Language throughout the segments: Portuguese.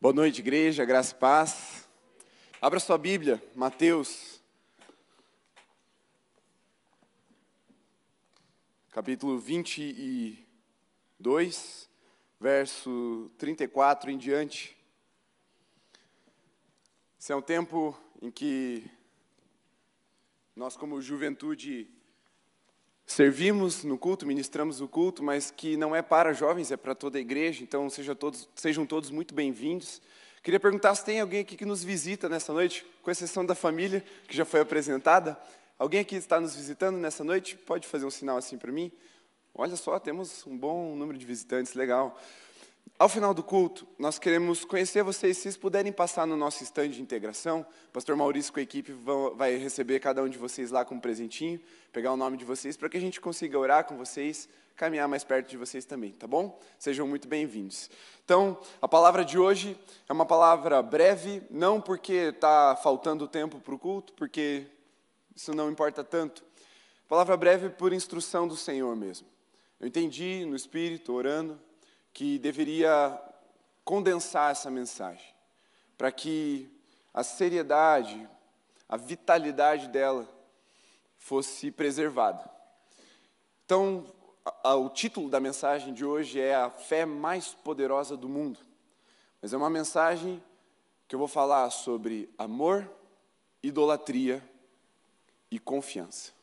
Boa noite, igreja, graça e paz. Abra sua Bíblia, Mateus, capítulo 22, verso 34 em diante. Esse é um tempo em que nós, como juventude, servimos no culto, ministramos o culto, mas que não é para jovens, é para toda a igreja, então sejam todos muito bem-vindos. Queria perguntar se tem alguém aqui que nos visita nessa noite, com exceção da família, que já foi apresentada. Alguém aqui está nos visitando nessa noite? Pode fazer um sinal assim para mim? Olha só, temos um bom número de visitantes, legal. Ao final do culto, nós queremos conhecer vocês. Se vocês puderem passar no nosso stand de integração, o pastor Maurício com a equipe vai receber cada um de vocês lá com um presentinho, pegar o nome de vocês, para que a gente consiga orar com vocês, caminhar mais perto de vocês também, tá bom? Sejam muito bem-vindos. Então, a palavra de hoje é uma palavra breve, não porque está faltando tempo para o culto, porque isso não importa tanto. Palavra breve por instrução do Senhor mesmo. Eu entendi no Espírito, orando, que deveria condensar essa mensagem, para que a seriedade, a vitalidade dela fosse preservada. Então, o título da mensagem de hoje é A Fé Mais Poderosa do Mundo. Mas é uma mensagem que eu vou falar sobre amor, idolatria e confiança.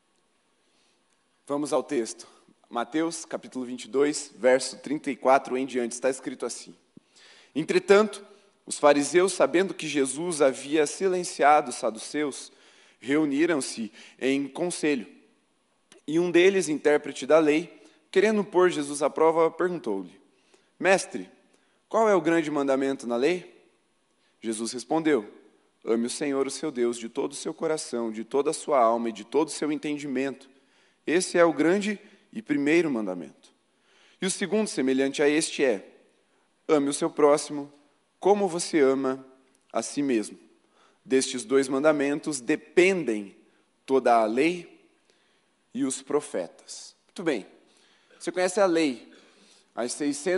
Vamos ao texto. Mateus, capítulo 22, verso 34 em diante, está escrito assim: Entretanto, os fariseus, sabendo que Jesus havia silenciado os saduceus, reuniram-se em conselho. E um deles, intérprete da lei, querendo pôr Jesus à prova, perguntou-lhe: Mestre, qual é o grande mandamento na lei? Jesus respondeu: Ame o Senhor, o seu Deus, de todo o seu coração, de toda a sua alma e de todo o seu entendimento. Esse é o grande e primeiro mandamento. E o segundo, semelhante a este, é: ame o seu próximo como você ama a si mesmo. Destes dois mandamentos dependem toda a lei e os profetas. Muito bem. Você conhece a lei, as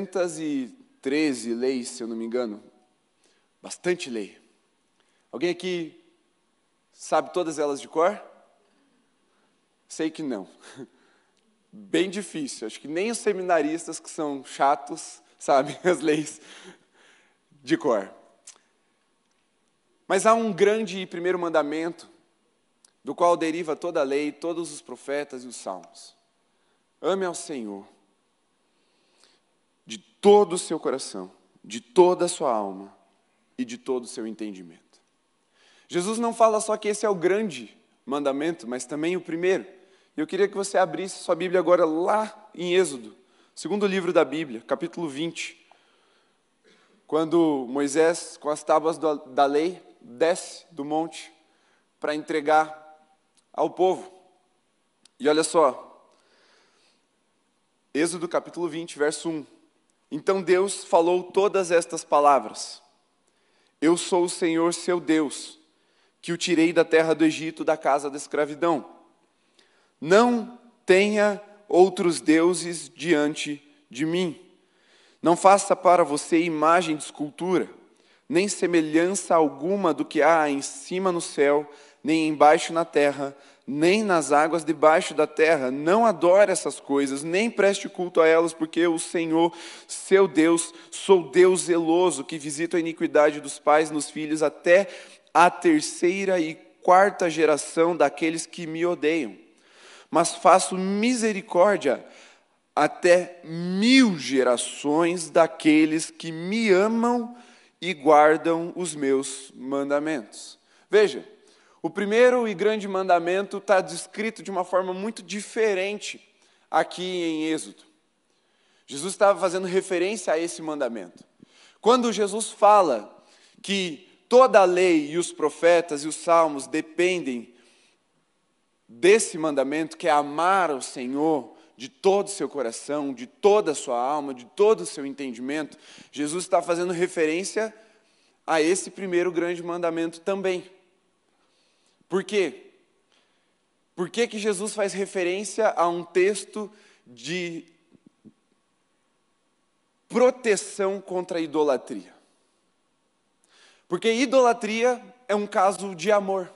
613 leis, se eu não me engano. Bastante lei. Alguém aqui sabe todas elas de cor? Sei que não. Bem difícil, acho que nem os seminaristas que são chatos sabem as leis de cor. Mas há um grande e primeiro mandamento, do qual deriva toda a lei, todos os profetas e os salmos. Ame ao Senhor, de todo o seu coração, de toda a sua alma e de todo o seu entendimento. Jesus não fala só que esse é o grande mandamento, mas também o primeiro. Eu queria que você abrisse sua Bíblia agora lá em Êxodo, segundo livro da Bíblia, capítulo 20. Quando Moisés, com as tábuas da lei, desce do monte para entregar ao povo. E olha só, Êxodo capítulo 20, verso 1. Então Deus falou todas estas palavras: Eu sou o Senhor seu Deus, que o tirei da terra do Egito, da casa da escravidão. Não tenha outros deuses diante de mim. Não faça para você imagem de escultura, nem semelhança alguma do que há em cima no céu, nem embaixo na terra, nem nas águas debaixo da terra. Não adore essas coisas, nem preste culto a elas, porque eu, o Senhor, seu Deus, sou Deus zeloso, que visita a iniquidade dos pais nos filhos até a terceira e quarta geração daqueles que me odeiam. Mas faço misericórdia até 1000 gerações daqueles que me amam e guardam os meus mandamentos. Veja, o primeiro e grande mandamento está descrito de uma forma muito diferente aqui em Êxodo. Jesus estava fazendo referência a esse mandamento. Quando Jesus fala que toda a lei e os profetas e os salmos dependem desse mandamento, que é amar ao Senhor de todo o seu coração, de toda a sua alma, de todo o seu entendimento, Jesus está fazendo referência a esse primeiro grande mandamento também. Por quê? Por que Jesus faz referência a um texto de proteção contra a idolatria? Porque idolatria é um caso de amor.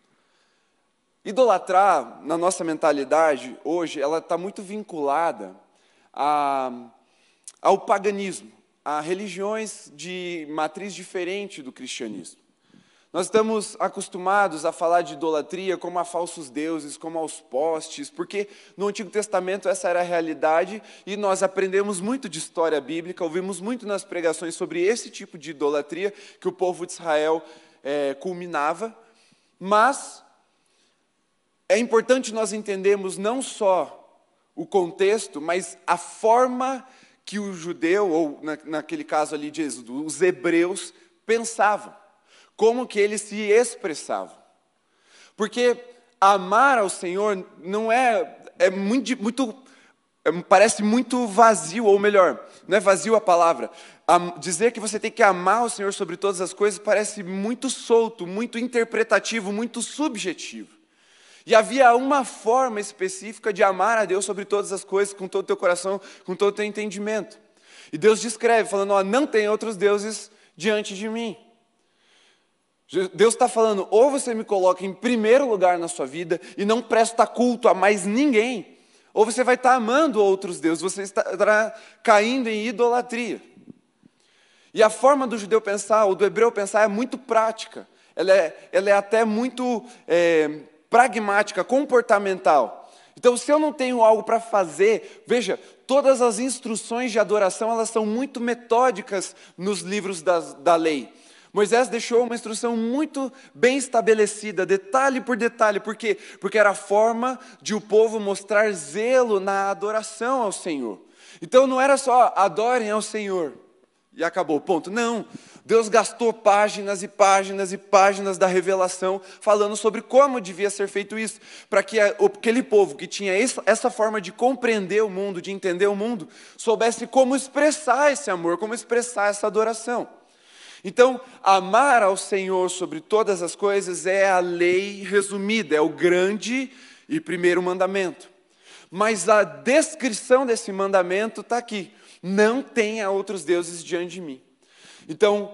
Idolatrar, na nossa mentalidade hoje, ela está muito vinculada ao paganismo, a religiões de matriz diferente do cristianismo. Nós estamos acostumados a falar de idolatria como a falsos deuses, como aos postes, porque no Antigo Testamento essa era a realidade e nós aprendemos muito de história bíblica, ouvimos muito nas pregações sobre esse tipo de idolatria que o povo de Israel culminava, mas é importante nós entendermos não só o contexto, mas a forma que o judeu, ou naquele caso ali de Êxodo, os hebreus pensavam. Como que eles se expressavam. Porque amar ao Senhor não parece muito vazio, ou melhor, não é vazio a palavra. Dizer que você tem que amar o Senhor sobre todas as coisas parece muito solto, muito interpretativo, muito subjetivo. E havia uma forma específica de amar a Deus sobre todas as coisas, com todo o teu coração, com todo o teu entendimento. E Deus descreve, falando, não tem outros deuses diante de mim. Deus está falando, ou você me coloca em primeiro lugar na sua vida e não presta culto a mais ninguém, ou você vai estar amando outros deuses, você estará caindo em idolatria. E a forma do judeu pensar, ou do hebreu pensar, é muito prática, ela é até muito pragmática, comportamental. Então, se eu não tenho algo para fazer, veja, todas as instruções de adoração, elas são muito metódicas nos livros da lei. Moisés deixou uma instrução muito bem estabelecida, detalhe por detalhe. Por quê? Porque era a forma de o povo mostrar zelo na adoração ao Senhor. Então não era só adorem ao Senhor e acabou, ponto. Não, Deus gastou páginas e páginas e páginas da revelação falando sobre como devia ser feito isso, para que aquele povo que tinha essa forma de compreender o mundo, de entender o mundo, soubesse como expressar esse amor, como expressar essa adoração. Então, amar ao Senhor sobre todas as coisas é a lei resumida, é o grande e primeiro mandamento. Mas a descrição desse mandamento está aqui. Não tenha outros deuses diante de mim. Então,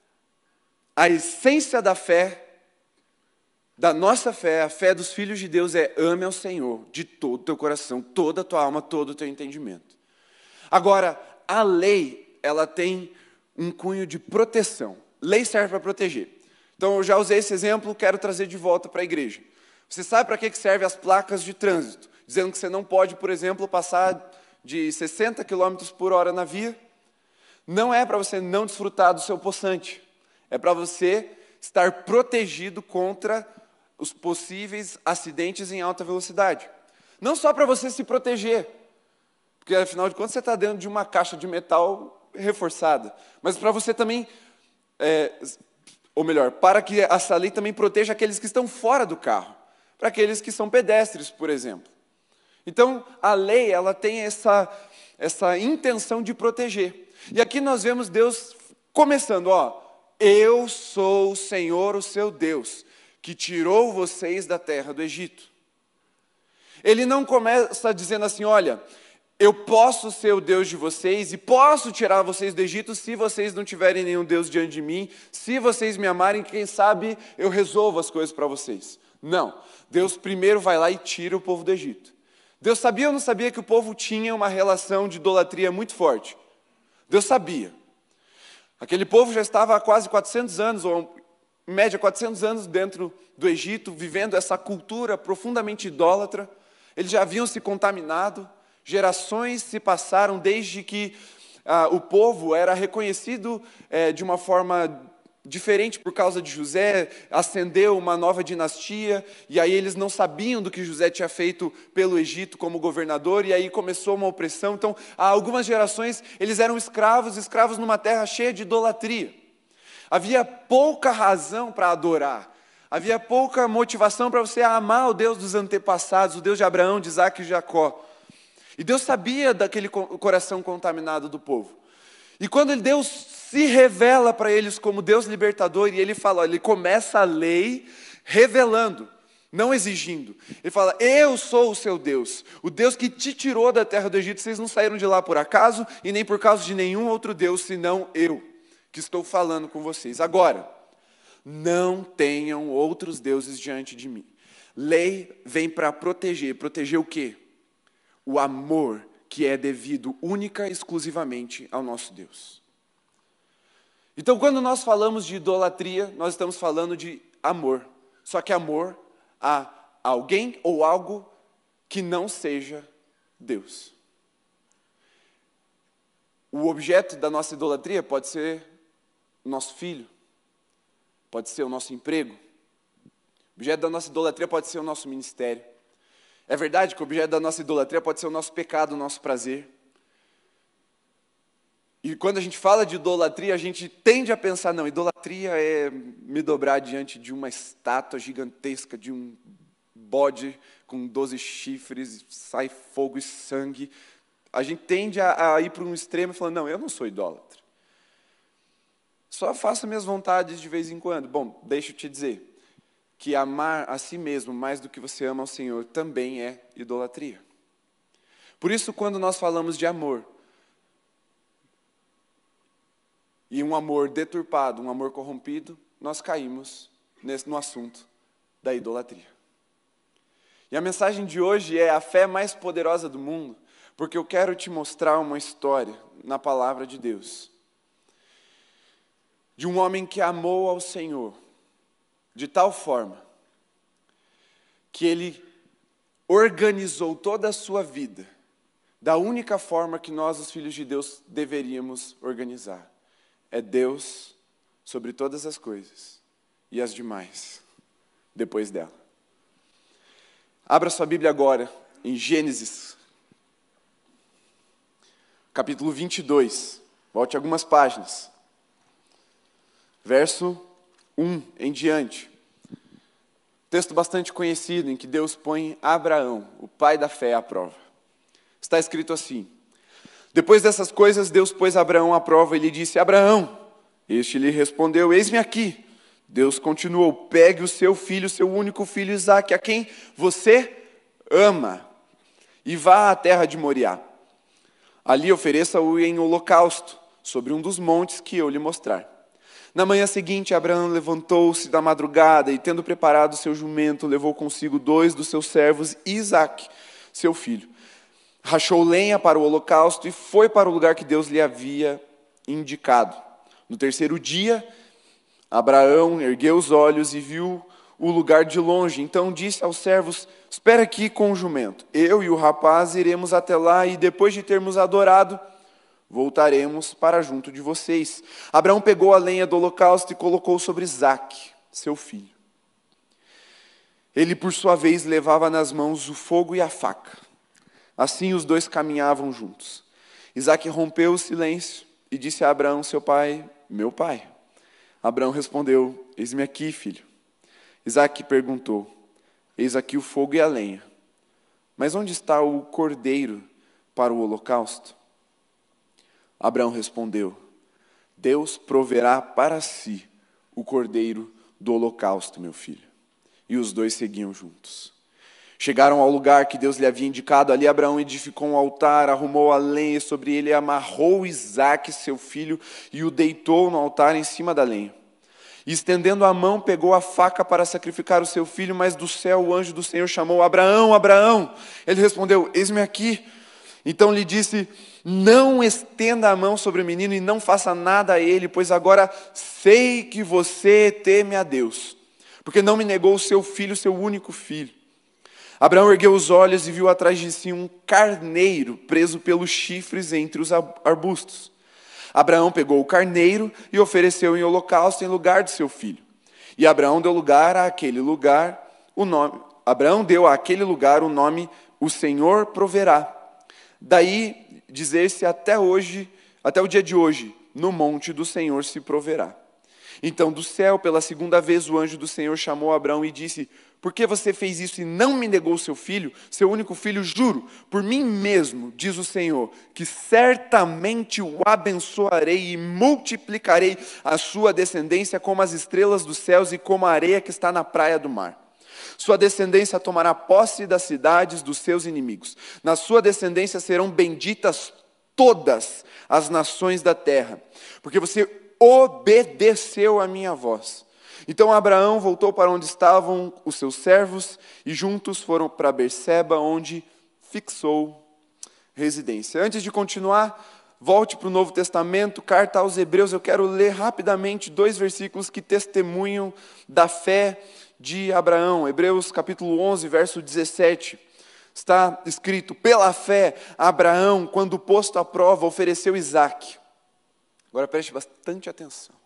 a essência da fé, da nossa fé, a fé dos filhos de Deus é ame ao Senhor de todo o teu coração, toda a tua alma, todo o teu entendimento. Agora, a lei, ela tem um cunho de proteção. Lei serve para proteger. Então, eu já usei esse exemplo, quero trazer de volta para a igreja. Você sabe para que servem as placas de trânsito? Dizendo que você não pode, por exemplo, passar de 60 km por hora na via. Não é para você não desfrutar do seu poçante. É para você estar protegido contra os possíveis acidentes em alta velocidade. Não só para você se proteger, porque afinal de contas você está dentro de uma caixa de metal reforçada, mas para você também, ou melhor, para que essa lei também proteja aqueles que estão fora do carro, para aqueles que são pedestres, por exemplo. Então, a lei, ela tem essa intenção de proteger. E aqui nós vemos Deus começando, eu sou o Senhor, o seu Deus, que tirou vocês da terra do Egito. Ele não começa dizendo assim, olha, eu posso ser o Deus de vocês e posso tirar vocês do Egito se vocês não tiverem nenhum Deus diante de mim, se vocês me amarem, quem sabe eu resolvo as coisas para vocês. Não, Deus primeiro vai lá e tira o povo do Egito. Deus sabia ou não sabia que o povo tinha uma relação de idolatria muito forte? Deus sabia. Aquele povo já estava há quase 400 anos, ou em média 400 anos dentro do Egito, vivendo essa cultura profundamente idólatra. Eles já haviam se contaminado. Gerações se passaram desde que o povo era reconhecido de uma forma diferente por causa de José, ascendeu uma nova dinastia, e aí eles não sabiam do que José tinha feito pelo Egito como governador, e aí começou uma opressão. Então, há algumas gerações, eles eram escravos numa terra cheia de idolatria. Havia pouca razão para adorar, havia pouca motivação para você amar o Deus dos antepassados, o Deus de Abraão, de Isaac e Jacó. E Deus sabia daquele coração contaminado do povo. E quando Deus se revela para eles como Deus libertador, e ele fala, ele começa a lei revelando, não exigindo. Ele fala, eu sou o seu Deus, o Deus que te tirou da terra do Egito, vocês não saíram de lá por acaso, e nem por causa de nenhum outro Deus, senão eu, que estou falando com vocês. Agora, Não tenham outros deuses diante de mim. Lei vem para proteger. Proteger o quê? O amor que é devido única e exclusivamente ao nosso Deus. Então, quando nós falamos de idolatria, nós estamos falando de amor. Só que amor a alguém ou algo que não seja Deus. O objeto da nossa idolatria pode ser o nosso filho, pode ser o nosso emprego. O objeto da nossa idolatria pode ser o nosso ministério. É verdade que o objeto da nossa idolatria pode ser o nosso pecado, o nosso prazer. E quando a gente fala de idolatria, a gente tende a pensar, não, idolatria é me dobrar diante de uma estátua gigantesca, de um bode com 12 chifres, sai fogo e sangue. A gente tende a ir para um extremo e falar, não, eu não sou idólatra. Só faço minhas vontades de vez em quando. Bom, deixa eu te dizer que amar a si mesmo mais do que você ama ao Senhor também é idolatria. Por isso, quando nós falamos de amor, e um amor deturpado, um amor corrompido, nós caímos no assunto da idolatria. E a mensagem de hoje é a fé mais poderosa do mundo, porque eu quero te mostrar uma história na palavra de Deus, de um homem que amou ao Senhor, de tal forma, que ele organizou toda a sua vida, da única forma que nós, os filhos de Deus, deveríamos organizar. É Deus sobre todas as coisas, e as demais, depois dela. Abra sua Bíblia agora, em Gênesis, capítulo 22, volte algumas páginas, verso 1 em diante. Texto bastante conhecido, em que Deus põe Abraão, o pai da fé, à prova. Está escrito assim: depois dessas coisas, Deus pôs Abraão à prova e lhe disse, Abraão, este lhe respondeu, eis-me aqui. Deus continuou, pegue o seu filho, seu único filho Isaque, a quem você ama, e vá à terra de Moriá. Ali ofereça-o em holocausto, sobre um dos montes que eu lhe mostrar. Na manhã seguinte, Abraão levantou-se da madrugada e, tendo preparado seu jumento, levou consigo 2 dos seus servos e Isaque, seu filho. Rachou lenha para o holocausto e foi para o lugar que Deus lhe havia indicado. No terceiro dia, Abraão ergueu os olhos e viu o lugar de longe. Então disse aos servos, espera aqui com o jumento. Eu e o rapaz iremos até lá e depois de termos adorado, voltaremos para junto de vocês. Abraão pegou a lenha do holocausto e colocou sobre Isaque, seu filho. Ele, por sua vez, levava nas mãos o fogo e a faca. Assim os dois caminhavam juntos. Isaque rompeu o silêncio e disse a Abraão, seu pai, meu pai. Abraão respondeu, eis-me aqui, filho. Isaque perguntou, eis aqui o fogo e a lenha. Mas onde está o cordeiro para o holocausto? Abraão respondeu, Deus proverá para si o cordeiro do holocausto, meu filho. E os dois seguiam juntos. Chegaram ao lugar que Deus lhe havia indicado. Ali Abraão edificou um altar, arrumou a lenha sobre ele, amarrou Isaque, seu filho, e o deitou no altar em cima da lenha. E estendendo a mão, pegou a faca para sacrificar o seu filho, mas do céu o anjo do Senhor chamou, Abraão, Abraão. Ele respondeu, eis-me aqui. Então lhe disse, não estenda a mão sobre o menino e não faça nada a ele, pois agora sei que você teme a Deus, porque não me negou o seu filho, seu único filho. Abraão ergueu os olhos e viu atrás de si um carneiro preso pelos chifres entre os arbustos. Abraão pegou o carneiro e ofereceu em holocausto em lugar de seu filho. E Abraão deu àquele lugar o nome, o Senhor proverá. Daí dizer-se até hoje, até o dia de hoje, no monte do Senhor se proverá. Então do céu, pela segunda vez, o anjo do Senhor chamou Abraão e disse, por que você fez isso e não me negou seu filho, seu único filho? Juro, por mim mesmo, diz o Senhor, que certamente o abençoarei e multiplicarei a sua descendência como as estrelas dos céus e como a areia que está na praia do mar. Sua descendência tomará posse das cidades dos seus inimigos. Na sua descendência serão benditas todas as nações da terra, porque você obedeceu a minha voz. Então Abraão voltou para onde estavam os seus servos e juntos foram para Berseba, onde fixou residência. Antes de continuar, volte para o Novo Testamento, carta aos Hebreus. Eu quero ler rapidamente 2 versículos que testemunham da fé de Abraão. Hebreus capítulo 11, verso 17. Está escrito: pela fé, Abraão, quando posto à prova, ofereceu Isaque. Agora preste bastante atenção.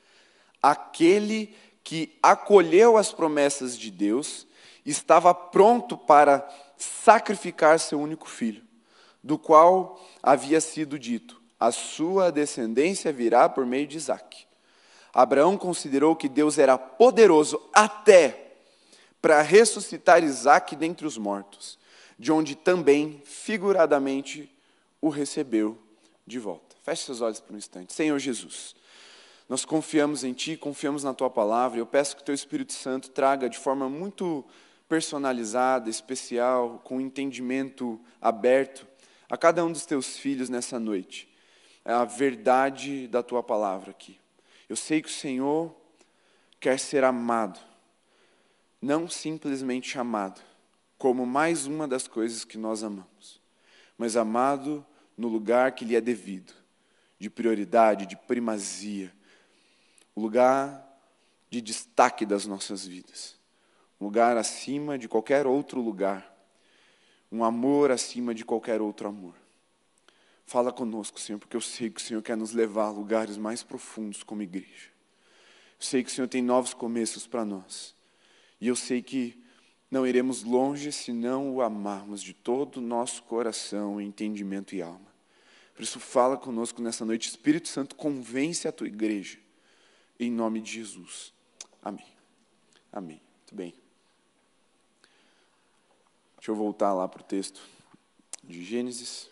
Aquele que acolheu as promessas de Deus estava pronto para sacrificar seu único filho, do qual havia sido dito: a sua descendência virá por meio de Isaque. Abraão considerou que Deus era poderoso até para ressuscitar Isaque dentre os mortos, de onde também, figuradamente, o recebeu de volta. Feche seus olhos por um instante. Senhor Jesus, nós confiamos em Ti, confiamos na Tua palavra, e eu peço que o Teu Espírito Santo traga de forma muito personalizada, especial, com entendimento aberto, a cada um dos Teus filhos nessa noite, a verdade da Tua palavra aqui. Eu sei que o Senhor quer ser amado, não simplesmente amado, como mais uma das coisas que nós amamos, mas amado no lugar que lhe é devido, de prioridade, de primazia, o lugar de destaque das nossas vidas, um lugar acima de qualquer outro lugar, um amor acima de qualquer outro amor. Fala conosco, Senhor, porque eu sei que o Senhor quer nos levar a lugares mais profundos como igreja. Eu sei que o Senhor tem novos começos para nós, e eu sei que não iremos longe se não o amarmos de todo o nosso coração, entendimento e alma. Por isso, fala conosco nessa noite. Espírito Santo, convence a tua igreja. Em nome de Jesus. Amém. Amém. Muito bem. Deixa eu voltar lá para o texto de Gênesis.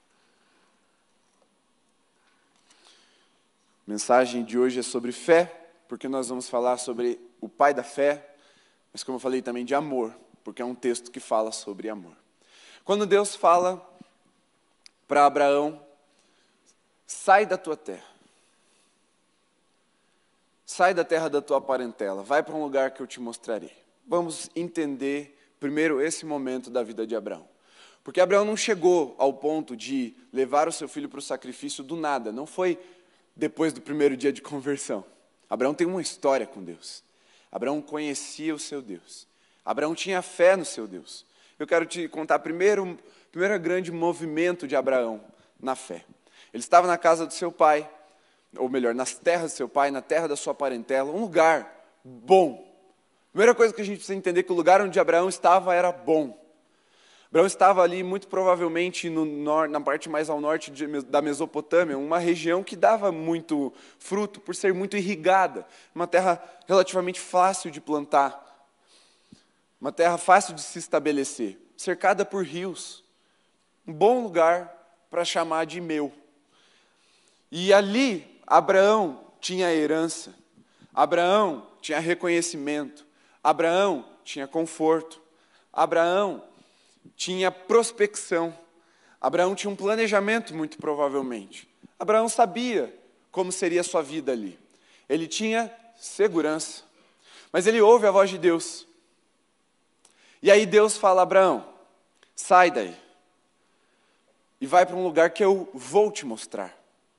A mensagem de hoje é sobre fé, porque nós vamos falar sobre o pai da fé, mas como eu falei também de amor, porque é um texto que fala sobre amor. Quando Deus fala para Abraão: sai da tua terra, sai da terra da tua parentela, vai para um lugar que eu te mostrarei. Vamos entender primeiro esse momento da vida de Abraão. Porque Abraão não chegou ao ponto de levar o seu filho para o sacrifício do nada, não foi depois do primeiro dia de conversão. Abraão tem uma história com Deus. Abraão conhecia o seu Deus. Abraão tinha fé no seu Deus. Eu quero te contar primeiro grande movimento de Abraão na fé. Ele estava na casa do seu pai, ou melhor, nas terras do seu pai, na terra da sua parentela, um lugar bom. Primeira coisa que a gente precisa entender é que o lugar onde Abraão estava era bom. Abraão estava ali, muito provavelmente, na parte mais ao norte da Mesopotâmia, uma região que dava muito fruto, por ser muito irrigada, uma terra relativamente fácil de plantar, uma terra fácil de se estabelecer, cercada por rios, um bom lugar para chamar de meu. E ali, Abraão tinha herança, Abraão tinha reconhecimento, Abraão tinha conforto, Abraão tinha prospecção, Abraão tinha um planejamento, muito provavelmente. Abraão sabia como seria a sua vida ali. Ele tinha segurança, mas ele ouve a voz de Deus. E aí Deus fala: Abraão, sai daí e vai para um lugar que eu vou te mostrar.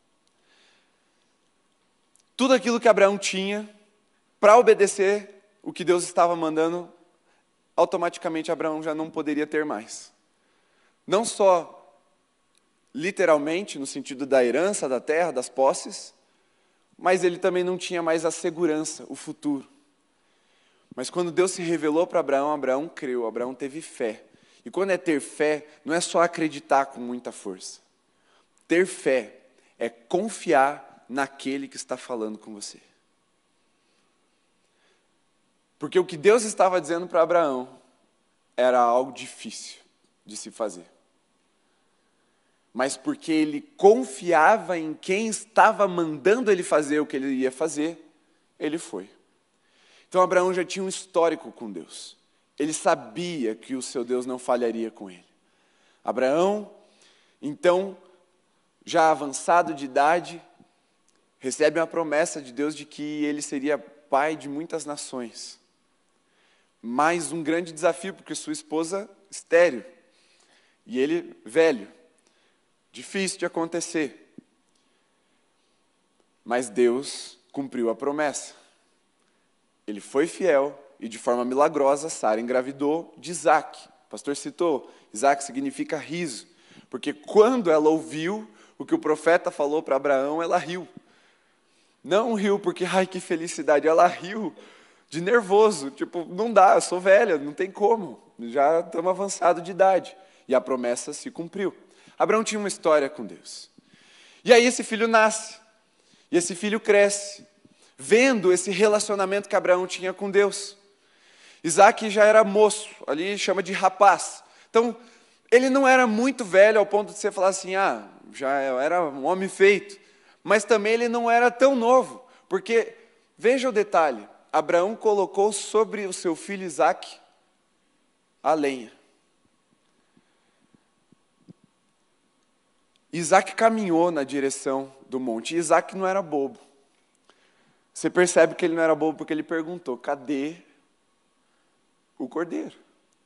Tudo aquilo que Abraão tinha para obedecer o que Deus estava mandando, automaticamente Abraão já não poderia ter mais. Não só literalmente, no sentido da herança, da terra, das posses, mas ele também não tinha mais a segurança, o futuro. Mas quando Deus se revelou para Abraão, Abraão creu, Abraão teve fé. E quando é ter fé, não é só acreditar com muita força. Ter fé é confiar naquele que está falando com você. Porque o que Deus estava dizendo para Abraão era algo difícil de se fazer. Mas porque ele confiava em quem estava mandando ele fazer o que ele ia fazer, ele foi. Então Abraão já tinha um histórico com Deus. Ele sabia que o seu Deus não falharia com ele. Abraão, então, já avançado de idade, recebe uma promessa de Deus de que ele seria pai de muitas nações. Mais um grande desafio, porque sua esposa estéril. E ele velho. Difícil de acontecer. Mas Deus cumpriu a promessa. Ele foi fiel e de forma milagrosa Sara engravidou de Isaac. O pastor citou, Isaac significa riso. Porque quando ela ouviu o que o profeta falou para Abraão, ela riu. Não riu porque, ai que felicidade, ela riu de nervoso. Tipo, não dá, eu sou velha, não tem como. Já estamos avançados de idade. E a promessa se cumpriu. Abraão tinha uma história com Deus. E aí esse filho nasce. E esse filho cresce, vendo esse relacionamento que Abraão tinha com Deus. Isaac já era moço, ali chama de rapaz. Então, ele não era muito velho ao ponto de você falar assim, já era um homem feito. Mas também ele não era tão novo, porque, veja o detalhe, Abraão colocou sobre o seu filho Isaac a lenha. Isaac caminhou na direção do monte. E Isaac não era bobo. Você percebe que ele não era bobo porque ele perguntou, cadê o cordeiro?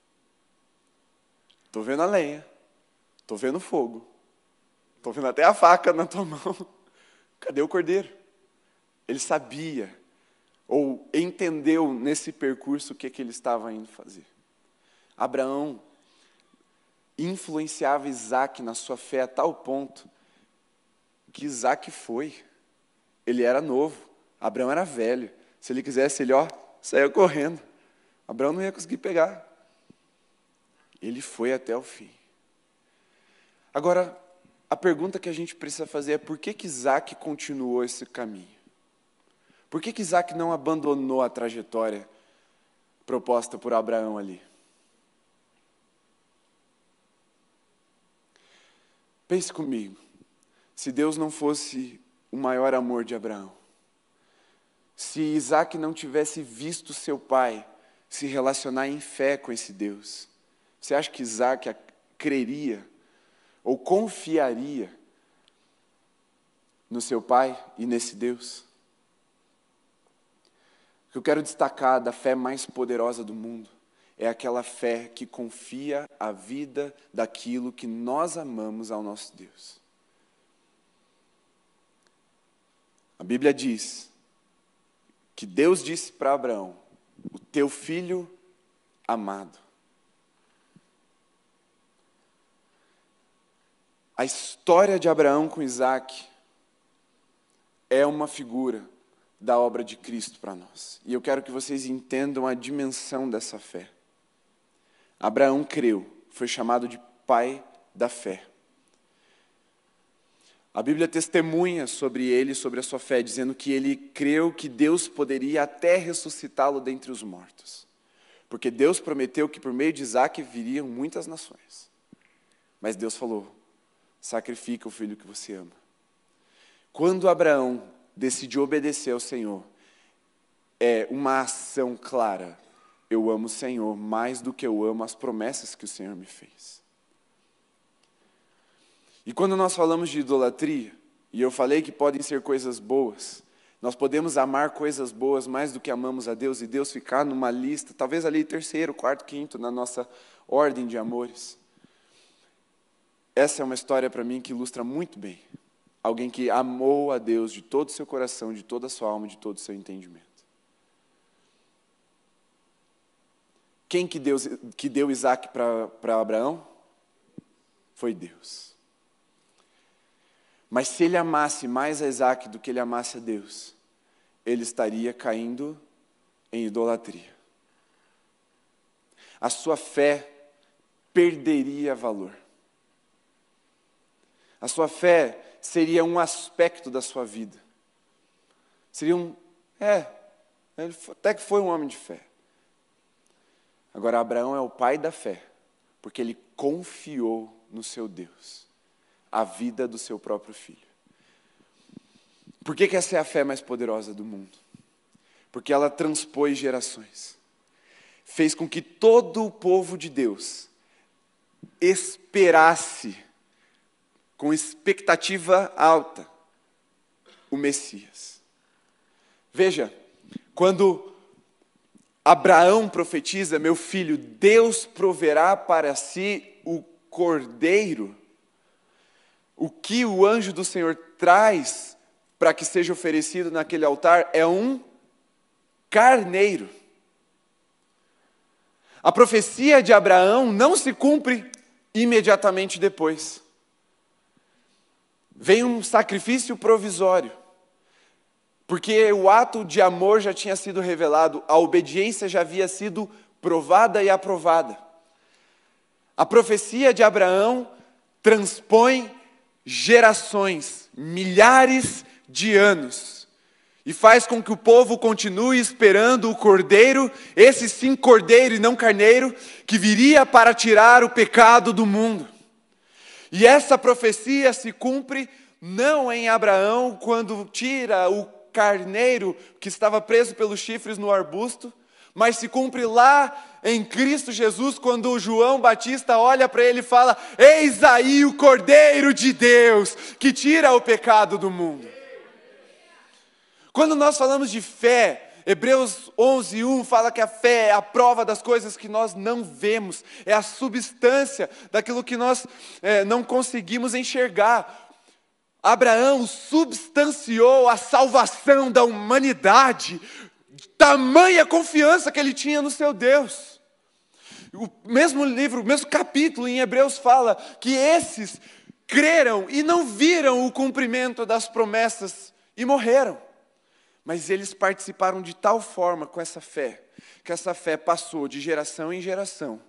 Estou vendo a lenha, estou vendo o fogo, estou vendo até a faca na tua mão. Cadê o cordeiro? Ele sabia, ou entendeu nesse percurso o que ele estava indo fazer. Abraão influenciava Isaac na sua fé a tal ponto que Isaac foi. Ele era novo, Abraão era velho. Se ele quisesse, ele saia correndo. Abraão não ia conseguir pegar. Ele foi até o fim. Agora, a pergunta que a gente precisa fazer é por que Isaac continuou esse caminho? Por que Isaac não abandonou a trajetória proposta por Abraão ali? Pense comigo, se Deus não fosse o maior amor de Abraão, se Isaac não tivesse visto seu pai se relacionar em fé com esse Deus, você acha que Isaac creria ou confiaria no seu pai e nesse Deus? O que eu quero destacar da fé mais poderosa do mundo é aquela fé que confia a vida daquilo que nós amamos ao nosso Deus. A Bíblia diz que Deus disse para Abraão, o teu filho amado. A história de Abraão com Isaac é uma figura da obra de Cristo para nós. E eu quero que vocês entendam a dimensão dessa fé. Abraão creu, foi chamado de pai da fé. A Bíblia testemunha sobre ele, sobre a sua fé, dizendo que ele creu que Deus poderia até ressuscitá-lo dentre os mortos. Porque Deus prometeu que por meio de Isaac viriam muitas nações. Mas Deus falou, sacrifica o filho que você ama. Quando Abraão decidiu obedecer ao Senhor, é uma ação clara. Eu amo o Senhor mais do que eu amo as promessas que o Senhor me fez. E quando nós falamos de idolatria, e eu falei que podem ser coisas boas, nós podemos amar coisas boas mais do que amamos a Deus, e Deus ficar numa lista, talvez ali terceiro, quarto, quinto, na nossa ordem de amores. Essa é uma história para mim que ilustra muito bem. Alguém que amou a Deus de todo o seu coração, de toda a sua alma, de todo o seu entendimento. Quem que deu Isaac para Abraão? Foi Deus. Mas se ele amasse mais a Isaac do que ele amasse a Deus, ele estaria caindo em idolatria. A sua fé perderia valor. A sua fé seria um aspecto da sua vida. Seria ele até que foi um homem de fé. Agora, Abraão é o pai da fé, porque ele confiou no seu Deus, a vida do seu próprio filho. Por que essa é a fé mais poderosa do mundo? Porque ela transpôs gerações. Fez com que todo o povo de Deus esperasse, com expectativa alta, o Messias. Veja, Quando Abraão profetiza: meu filho, Deus proverá para si o cordeiro, o que o anjo do Senhor traz para que seja oferecido naquele altar é um carneiro. A profecia de Abraão não se cumpre imediatamente depois. Vem um sacrifício provisório, porque o ato de amor já tinha sido revelado, a obediência já havia sido provada e aprovada. A profecia de Abraão transpõe gerações, milhares de anos, e faz com que o povo continue esperando o cordeiro, esse sim cordeiro e não carneiro, que viria para tirar o pecado do mundo. E essa profecia se cumpre não em Abraão, quando tira o carneiro que estava preso pelos chifres no arbusto, mas se cumpre lá em Cristo Jesus, quando João Batista olha para ele e fala: eis aí o Cordeiro de Deus, que tira o pecado do mundo. Quando nós falamos de fé, Hebreus 11:1 fala que a fé é a prova das coisas que nós não vemos, é a substância daquilo que nós não conseguimos enxergar. Abraão substanciou a salvação da humanidade, tamanha confiança que ele tinha no seu Deus. O mesmo livro, o mesmo capítulo em Hebreus fala que esses creram e não viram o cumprimento das promessas e morreram. Mas eles participaram de tal forma com essa fé, que essa fé passou de geração em geração,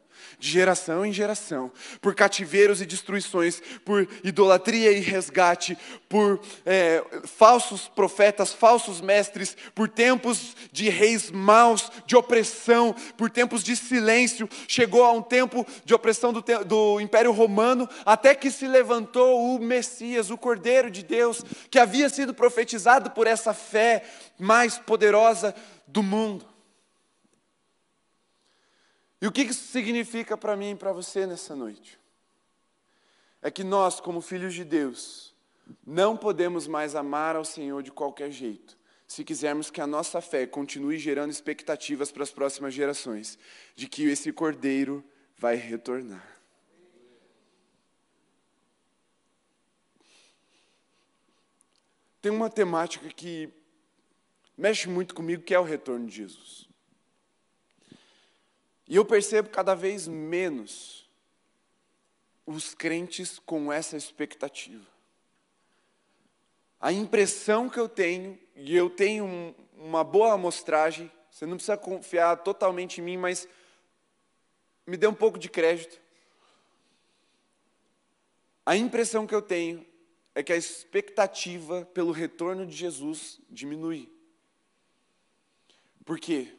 por cativeiros e destruições, por idolatria e resgate, por falsos profetas, falsos mestres, por tempos de reis maus, de opressão, por tempos de silêncio. Chegou a um tempo de opressão do Império Romano, até que se levantou o Messias, o Cordeiro de Deus, que havia sido profetizado por essa fé mais poderosa do mundo. E o que isso significa para mim e para você nessa noite? É que nós, como filhos de Deus, não podemos mais amar ao Senhor de qualquer jeito, se quisermos que a nossa fé continue gerando expectativas para as próximas gerações, de que esse Cordeiro vai retornar. Tem uma temática que mexe muito comigo, que é o retorno de Jesus. E eu percebo cada vez menos os crentes com essa expectativa. A impressão que eu tenho, e eu tenho uma boa amostragem, você não precisa confiar totalmente em mim, mas me dê um pouco de crédito. A impressão que eu tenho é que a expectativa pelo retorno de Jesus diminui. Por quê?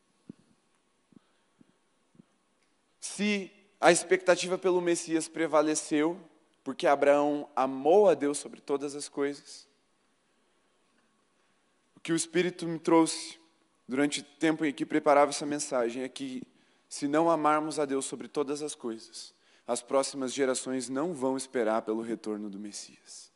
Se a expectativa pelo Messias prevaleceu, porque Abraão amou a Deus sobre todas as coisas, o que o Espírito me trouxe durante o tempo em que preparava essa mensagem é que, se não amarmos a Deus sobre todas as coisas, as próximas gerações não vão esperar pelo retorno do Messias.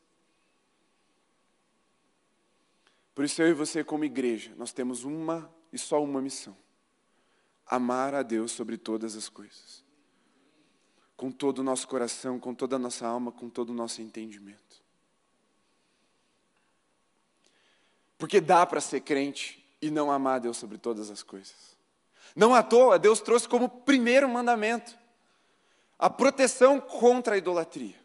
Por isso eu e você, como igreja, nós temos uma e só uma missão: amar a Deus sobre todas as coisas, com todo o nosso coração, com toda a nossa alma, com todo o nosso entendimento. Porque dá para ser crente e não amar a Deus sobre todas as coisas. Não à toa, Deus trouxe como primeiro mandamento a proteção contra a idolatria.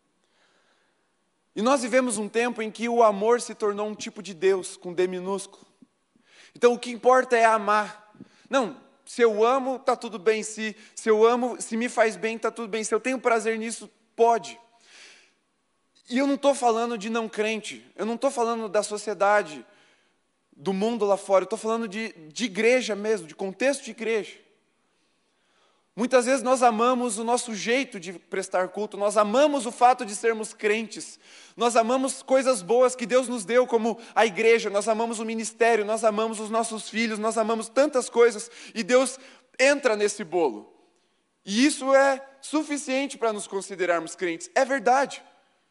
E nós vivemos um tempo em que o amor se tornou um tipo de Deus, com D minúsculo. Então o que importa é amar. Não, se eu amo, está tudo bem. Se eu amo, se me faz bem, está tudo bem. Se eu tenho prazer nisso, pode. E eu não estou falando de não crente. Eu não estou falando da sociedade, do mundo lá fora. Eu estou falando de igreja mesmo, de contexto de igreja. Muitas vezes nós amamos o nosso jeito de prestar culto, nós amamos o fato de sermos crentes, nós amamos coisas boas que Deus nos deu, como a igreja, nós amamos o ministério, nós amamos os nossos filhos, nós amamos tantas coisas, e Deus entra nesse bolo. E isso é suficiente para nos considerarmos crentes. É verdade.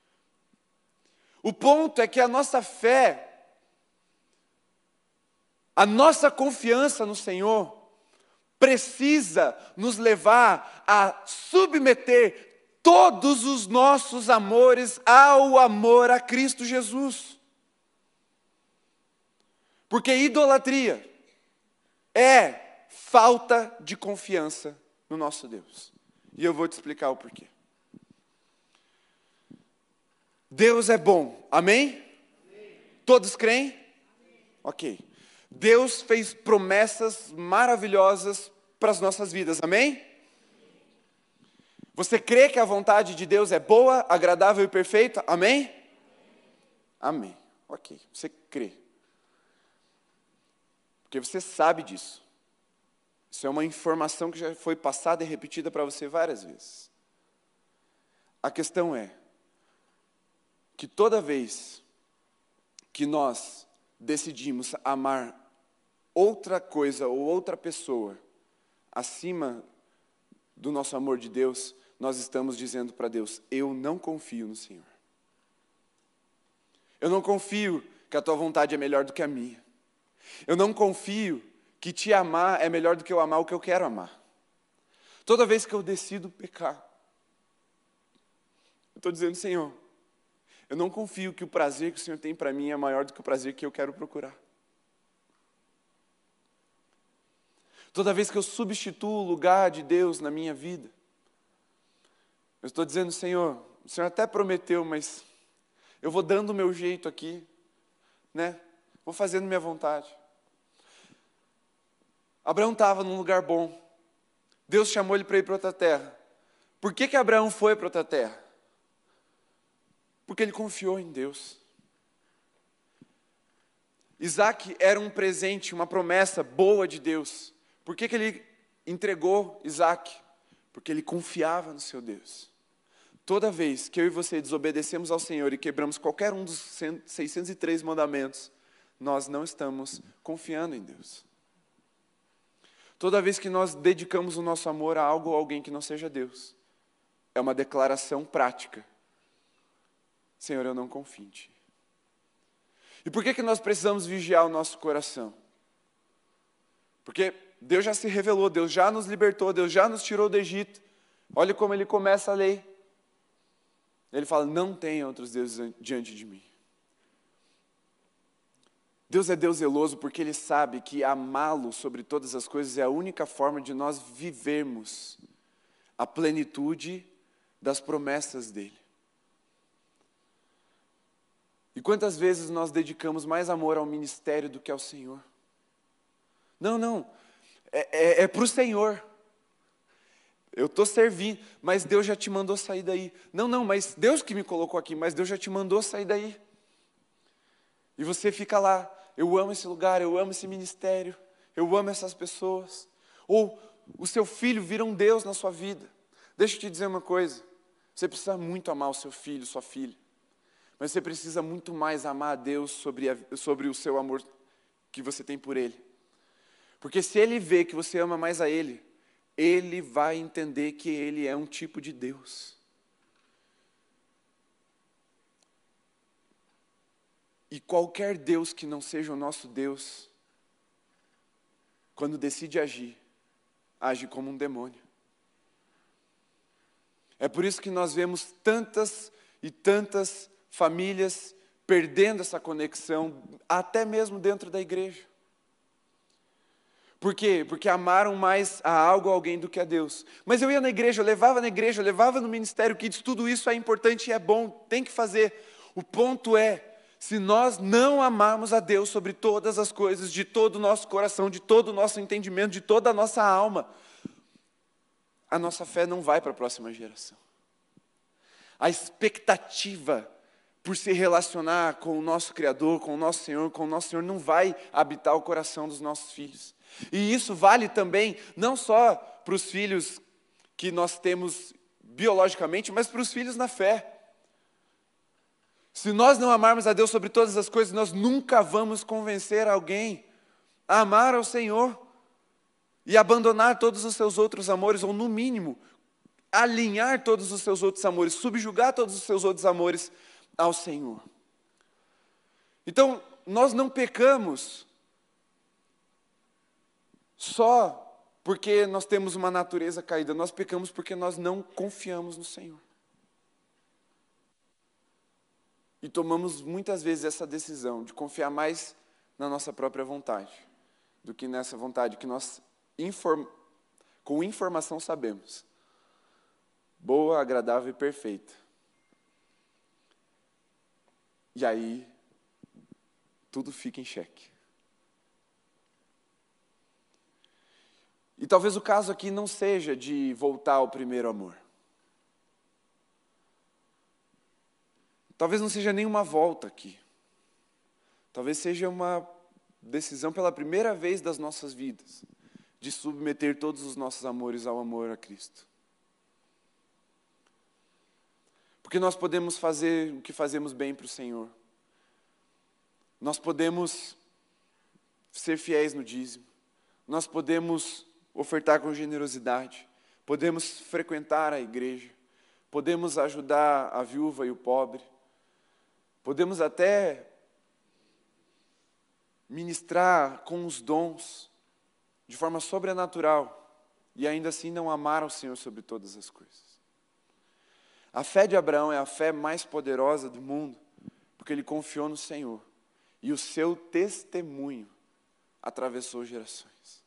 O ponto é que a nossa fé A nossa confiança no Senhor precisa nos levar a submeter todos os nossos amores ao amor a Cristo Jesus. Porque idolatria é falta de confiança no nosso Deus. E eu vou te explicar o porquê. Deus é bom, amém? Todos creem? Ok. Deus fez promessas maravilhosas para as nossas vidas, amém? Você crê que a vontade de Deus é boa, agradável e perfeita, amém? Amém. Ok, você crê. Porque você sabe disso. Isso é uma informação que já foi passada e repetida para você várias vezes. A questão é que toda vez que nós decidimos amar outra coisa ou outra pessoa acima do nosso amor de Deus, nós estamos dizendo para Deus: eu não confio no Senhor. Eu não confio que a tua vontade é melhor do que a minha. Eu não confio que te amar é melhor do que eu amar o que eu quero amar. Toda vez que eu decido pecar, eu estou dizendo: Senhor, eu não confio que o prazer que o Senhor tem para mim é maior do que o prazer que eu quero procurar. Toda vez que eu substituo o lugar de Deus na minha vida, eu estou dizendo: Senhor, o Senhor até prometeu, mas eu vou dando o meu jeito aqui, né? Vou fazendo minha vontade. Abraão estava num lugar bom. Deus chamou ele para ir para outra terra. Por que Abraão foi para outra terra? Porque ele confiou em Deus. Isaac era um presente, uma promessa boa de Deus. Por que ele entregou Isaac? Porque ele confiava no seu Deus. Toda vez que eu e você desobedecemos ao Senhor e quebramos qualquer um dos 603 mandamentos, nós não estamos confiando em Deus. Toda vez que nós dedicamos o nosso amor a algo ou alguém que não seja Deus, é uma declaração prática: Senhor, eu não confio em Ti. E por que nós precisamos vigiar o nosso coração? Porque Deus já se revelou, Deus já nos libertou, Deus já nos tirou do Egito. Olha como Ele começa a lei. Ele fala: não tenha outros deuses diante de mim. Deus é Deus zeloso porque Ele sabe que amá-lo sobre todas as coisas é a única forma de nós vivermos a plenitude das promessas dEle. E quantas vezes nós dedicamos mais amor ao ministério do que ao Senhor? Não, é para o Senhor. Eu estou servindo, mas Deus já te mandou sair daí. Não, mas Deus que me colocou aqui, mas Deus já te mandou sair daí. E você fica lá: eu amo esse lugar, eu amo esse ministério, eu amo essas pessoas. Ou o seu filho vira um Deus na sua vida. Deixa eu te dizer uma coisa: você precisa muito amar o seu filho, sua filha. Mas você precisa muito mais amar a Deus sobre o seu amor que você tem por Ele. Porque se Ele vê que você ama mais a Ele, Ele vai entender que Ele é um tipo de Deus. E qualquer Deus que não seja o nosso Deus, quando decide agir, age como um demônio. É por isso que nós vemos tantas e tantas famílias perdendo essa conexão, até mesmo dentro da igreja. Por quê? Porque amaram mais a algo ou alguém do que a Deus. Mas eu ia na igreja, eu levava no ministério, que diz tudo isso é importante e é bom, tem que fazer. O ponto é, se nós não amarmos a Deus sobre todas as coisas, de todo o nosso coração, de todo o nosso entendimento, de toda a nossa alma, a nossa fé não vai para a próxima geração. A expectativa por se relacionar com o nosso Criador, com o nosso Senhor, não vai habitar o coração dos nossos filhos. E isso vale também, não só para os filhos que nós temos biologicamente, mas para os filhos na fé. Se nós não amarmos a Deus sobre todas as coisas, nós nunca vamos convencer alguém a amar ao Senhor e abandonar todos os seus outros amores, ou no mínimo, alinhar todos os seus outros amores, subjugar todos os seus outros amores ao Senhor. Então, nós não pecamos só porque nós temos uma natureza caída, nós pecamos porque nós não confiamos no Senhor. E tomamos muitas vezes essa decisão de confiar mais na nossa própria vontade do que nessa vontade que nós, com informação, sabemos. Boa, agradável e perfeita. E aí, tudo fica em xeque. E talvez o caso aqui não seja de voltar ao primeiro amor. Talvez não seja nenhuma volta aqui. Talvez seja uma decisão pela primeira vez das nossas vidas, de submeter todos os nossos amores ao amor a Cristo. Porque nós podemos fazer o que fazemos bem para o Senhor. Nós podemos ser fiéis no dízimo. Nós podemos ofertar com generosidade. Podemos frequentar a igreja. Podemos ajudar a viúva e o pobre. Podemos até ministrar com os dons de forma sobrenatural e ainda assim não amar ao Senhor sobre todas as coisas. A fé de Abraão é a fé mais poderosa do mundo, porque ele confiou no Senhor e o seu testemunho atravessou gerações.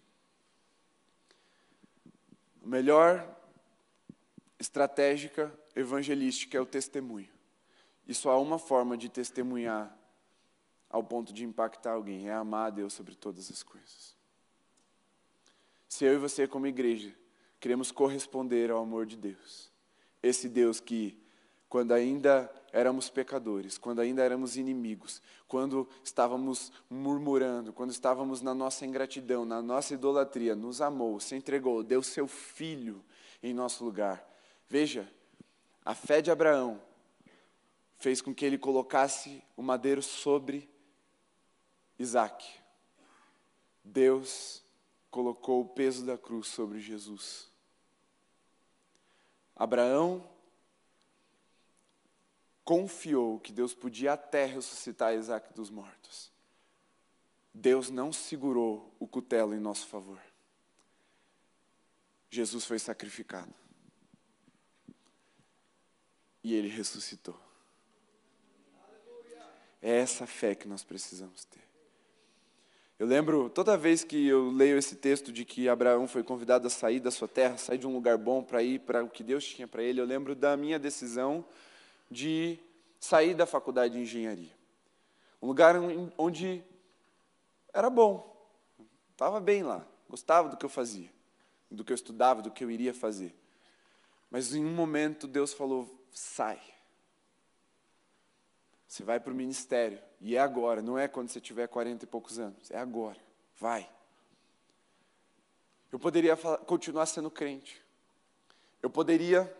A melhor estratégia evangelística é o testemunho. E só há uma forma de testemunhar ao ponto de impactar alguém, é amar a Deus sobre todas as coisas. Se eu e você, como igreja, queremos corresponder ao amor de Deus, esse Deus que, quando ainda éramos pecadores, quando ainda éramos inimigos, quando estávamos murmurando, quando estávamos na nossa ingratidão, na nossa idolatria, nos amou, se entregou, deu seu Filho em nosso lugar. Veja, a fé de Abraão fez com que ele colocasse o madeiro sobre Isaac. Deus colocou o peso da cruz sobre Jesus. Abraão confiou que Deus podia até ressuscitar Isaac dos mortos. Deus não segurou o cutelo em nosso favor. Jesus foi sacrificado. E ele ressuscitou. É essa fé que nós precisamos ter. Eu lembro, toda vez que eu leio esse texto de que Abraão foi convidado a sair da sua terra, sair de um lugar bom para ir para o que Deus tinha para ele, eu lembro da minha decisão de sair da faculdade de engenharia. Um lugar onde era bom, estava bem lá, gostava do que eu fazia, do que eu estudava, do que eu iria fazer. Mas em um momento Deus falou, sai. Você vai para o ministério, e é agora, não é quando você tiver 40 e poucos anos, é agora, vai. Eu poderia continuar sendo crente, eu poderia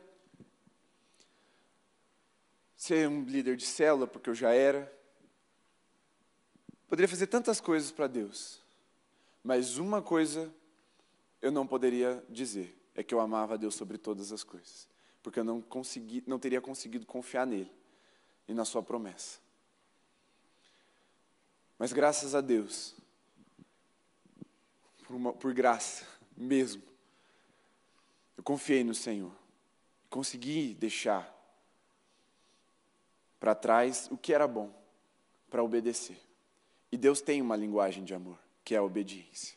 ser um líder de célula, porque eu já era, poderia fazer tantas coisas para Deus, mas uma coisa eu não poderia dizer, é que eu amava a Deus sobre todas as coisas, porque eu não teria conseguido confiar nele e na sua promessa. Mas graças a Deus, por graça mesmo, eu confiei no Senhor, consegui deixar para trás o que era bom, para obedecer. E Deus tem uma linguagem de amor, que é a obediência.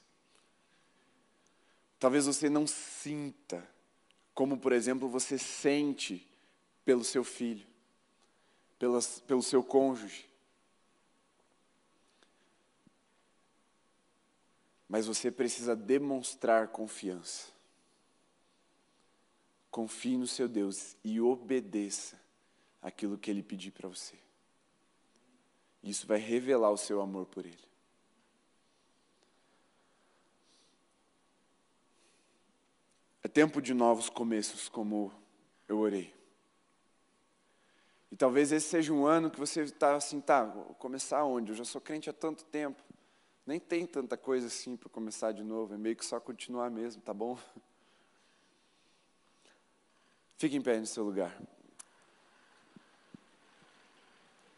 Talvez você não sinta, como por exemplo você sente pelo seu filho, pelo seu cônjuge. Mas você precisa demonstrar confiança. Confie no seu Deus e obedeça aquilo que Ele pedir para você. Isso vai revelar o seu amor por Ele. É tempo de novos começos, como eu orei. E talvez esse seja um ano que você está assim, vou começar onde? Eu já sou crente há tanto tempo. Nem tem tanta coisa assim para começar de novo. É meio que só continuar mesmo, tá bom? Fique em pé no seu lugar.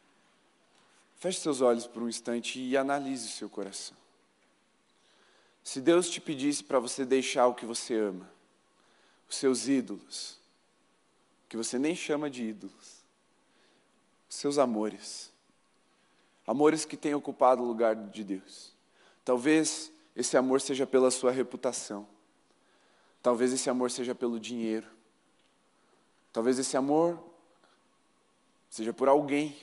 Feche seus olhos por um instante e analise o seu coração. Se Deus te pedisse para você deixar o que você ama, os seus ídolos, que você nem chama de ídolos, os seus amores que têm ocupado o lugar de Deus. Talvez esse amor seja pela sua reputação. Talvez esse amor seja pelo dinheiro. Talvez esse amor seja por alguém.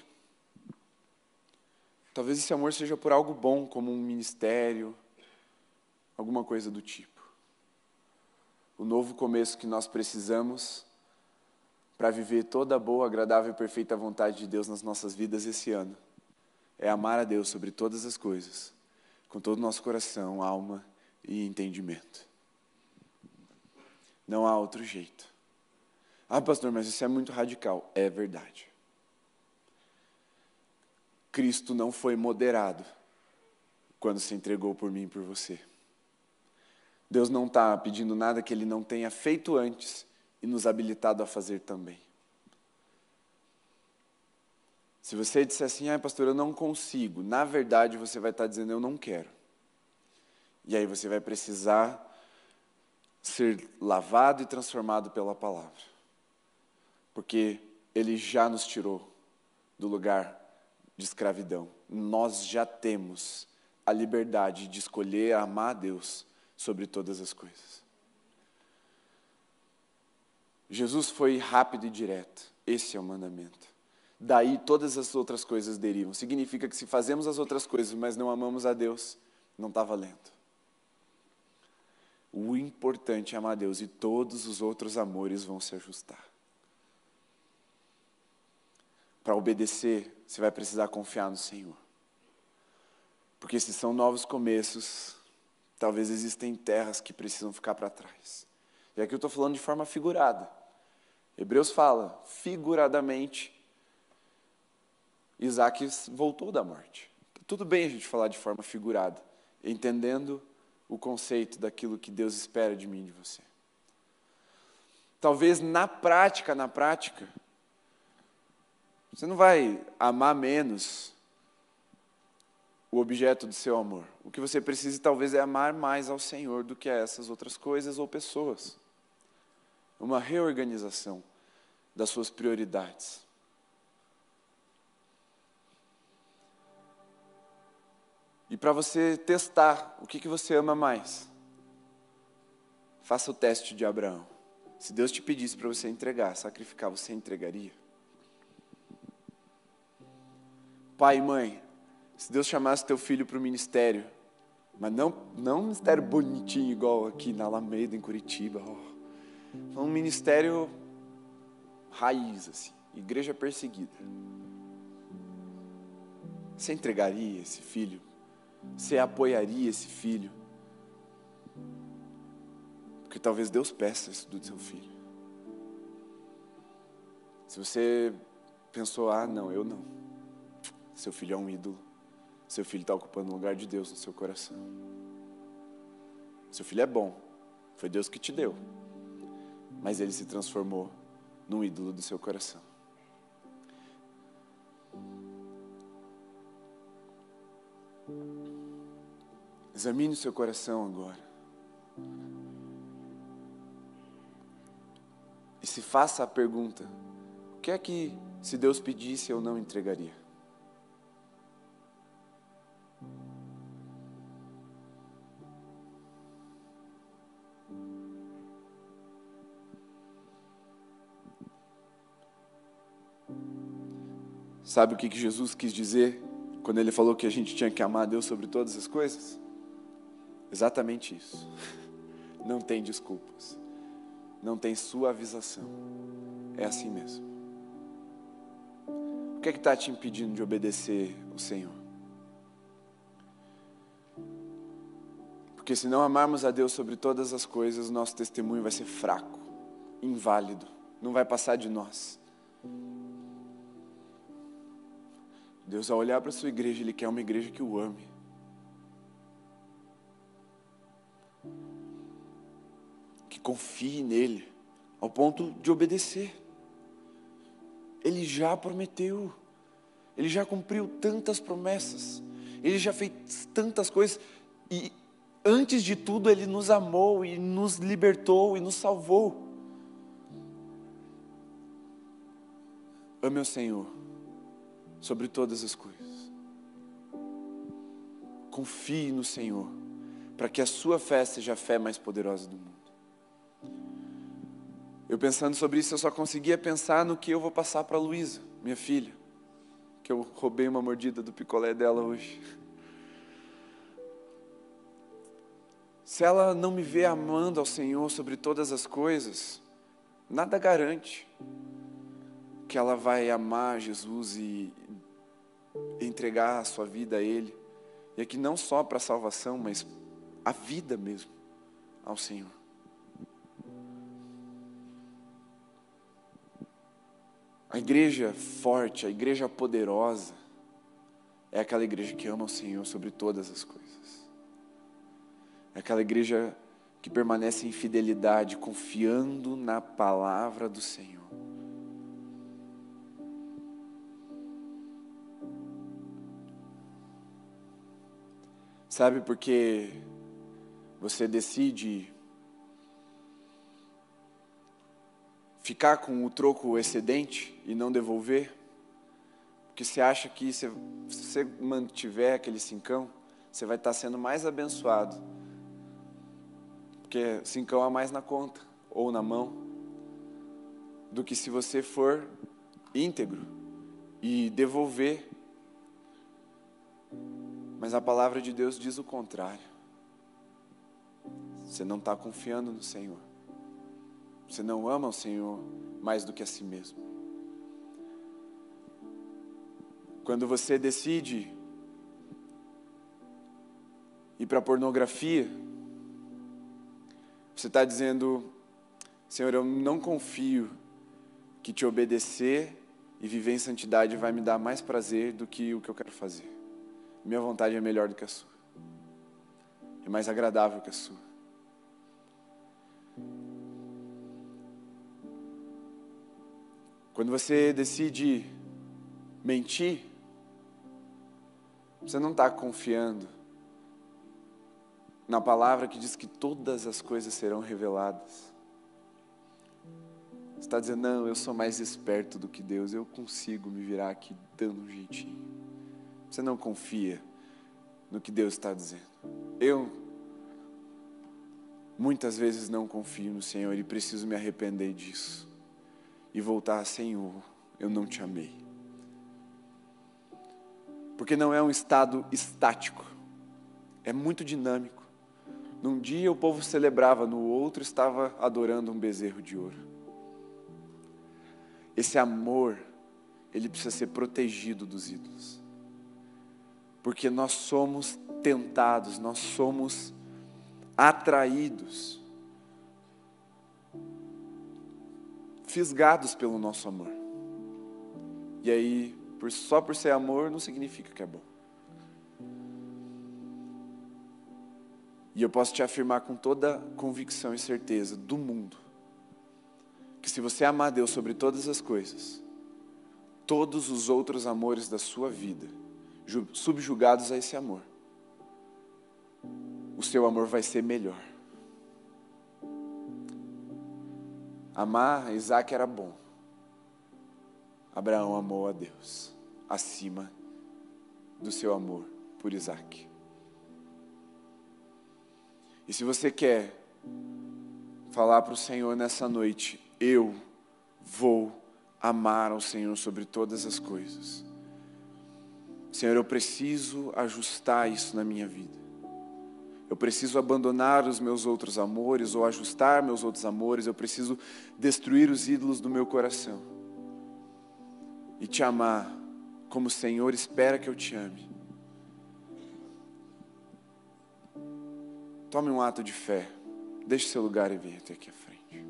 Talvez esse amor seja por algo bom, como um ministério, alguma coisa do tipo. O novo começo que nós precisamos para viver toda a boa, agradável e perfeita vontade de Deus nas nossas vidas esse ano é amar a Deus sobre todas as coisas, com todo o nosso coração, alma e entendimento. Não há outro jeito. Ah, pastor, mas isso é muito radical. É verdade. Cristo não foi moderado quando se entregou por mim e por você. Deus não está pedindo nada que Ele não tenha feito antes e nos habilitado a fazer também. Se você disser assim, pastor, eu não consigo, na verdade você vai estar dizendo, eu não quero. E aí você vai precisar ser lavado e transformado pela palavra. Porque Ele já nos tirou do lugar de escravidão. Nós já temos a liberdade de escolher amar a Deus sobre todas as coisas. Jesus foi rápido e direto. Esse é o mandamento. Daí todas as outras coisas derivam. Significa que se fazemos as outras coisas, mas não amamos a Deus, não está valendo. O importante é amar a Deus e todos os outros amores vão se ajustar. Para obedecer, você vai precisar confiar no Senhor. Porque se são novos começos, talvez existem terras que precisam ficar para trás. E aqui eu estou falando de forma figurada. Hebreus fala, figuradamente, Isaac voltou da morte. Tudo bem a gente falar de forma figurada, entendendo o conceito daquilo que Deus espera de mim e de você. Talvez na prática, você não vai amar menos o objeto do seu amor. O que você precisa talvez é amar mais ao Senhor do que a essas outras coisas ou pessoas. Uma reorganização das suas prioridades. E para você testar o que você ama mais, faça o teste de Abraão. Se Deus te pedisse para você entregar, sacrificar, você entregaria? Pai e mãe, se Deus chamasse teu filho para o ministério, mas não um ministério bonitinho igual aqui na Alameda, em Curitiba, um ministério raiz, assim, igreja perseguida. Você entregaria esse filho? Você apoiaria esse filho? Porque talvez Deus peça isso do seu filho. Se você pensou, não, eu não. Seu filho é um ídolo. Seu filho está ocupando o lugar de Deus no seu coração. Seu filho é bom. Foi Deus que te deu. Mas ele se transformou num ídolo do seu coração. Examine o seu coração agora. E se faça a pergunta: o que é que, se Deus pedisse, eu não entregaria? Sabe o que Jesus quis dizer quando Ele falou que a gente tinha que amar a Deus sobre todas as coisas? Exatamente isso. Não tem desculpas. Não tem suavização. É assim mesmo. O que é que está te impedindo de obedecer o Senhor? Porque se não amarmos a Deus sobre todas as coisas, nosso testemunho vai ser fraco, inválido, não vai passar de nós. Deus, ao olhar para a sua igreja, Ele quer uma igreja que o ame. Que confie nele, ao ponto de obedecer. Ele já prometeu. Ele já cumpriu tantas promessas. Ele já fez tantas coisas. E Antes de tudo, Ele nos amou e nos libertou e nos salvou. Ame o Senhor sobre todas as coisas. Confie no Senhor, para que a sua fé seja a fé mais poderosa do mundo. Eu pensando sobre isso, eu só conseguia pensar no que eu vou passar para a Luísa, minha filha, que eu roubei uma mordida do picolé dela hoje. Se ela não me vê amando ao Senhor sobre todas as coisas, nada garante que ela vai amar Jesus e entregar a sua vida a Ele. E aqui não só para a salvação, mas a vida mesmo ao Senhor. A igreja forte, a igreja poderosa, é aquela igreja que ama o Senhor sobre todas as coisas. É aquela igreja que permanece em fidelidade, confiando na palavra do Senhor. Sabe por que você decide ficar com o troco excedente e não devolver? Porque você acha que se você mantiver aquele cincão, você vai estar sendo mais abençoado. Porque cincão a mais na conta ou na mão, do que se você for íntegro e devolver. Mas a palavra de Deus diz o contrário. Você não está confiando no Senhor. Você não ama o Senhor mais do que a si mesmo. Quando você decide ir para a pornografia, você está dizendo: Senhor, eu não confio que te obedecer e viver em santidade vai me dar mais prazer do que o que eu quero fazer. Minha vontade é melhor do que a sua. É mais agradável que a sua. Quando você decide mentir, você não está confiando na palavra que diz que todas as coisas serão reveladas. Você está dizendo: não, eu sou mais esperto do que Deus, eu consigo me virar aqui dando um jeitinho. Você não confia no que Deus está dizendo. Eu muitas vezes não confio no Senhor e preciso me arrepender disso e voltar: Senhor, eu não te amei. Porque não é um estado estático, é muito dinâmico. Num dia o povo celebrava, no outro estava adorando um bezerro de ouro. Esse amor, ele precisa ser protegido dos ídolos. Porque nós somos tentados, nós somos atraídos, fisgados pelo nosso amor. E aí, só por ser amor, não significa que é bom. E eu posso te afirmar com toda convicção e certeza do mundo, que se você amar Deus sobre todas as coisas, todos os outros amores da sua vida, subjugados a esse amor, o seu amor vai ser melhor. Amar Isaac era bom. Abraão amou a Deus acima do seu amor por Isaac. E se você quer falar para o Senhor nessa noite: eu vou amar ao Senhor sobre todas as coisas. Senhor, eu preciso ajustar isso na minha vida. Eu preciso abandonar os meus outros amores ou ajustar meus outros amores. Eu preciso destruir os ídolos do meu coração e te amar como o Senhor espera que eu te ame. Tome um ato de fé. Deixe seu lugar e venha até aqui à frente.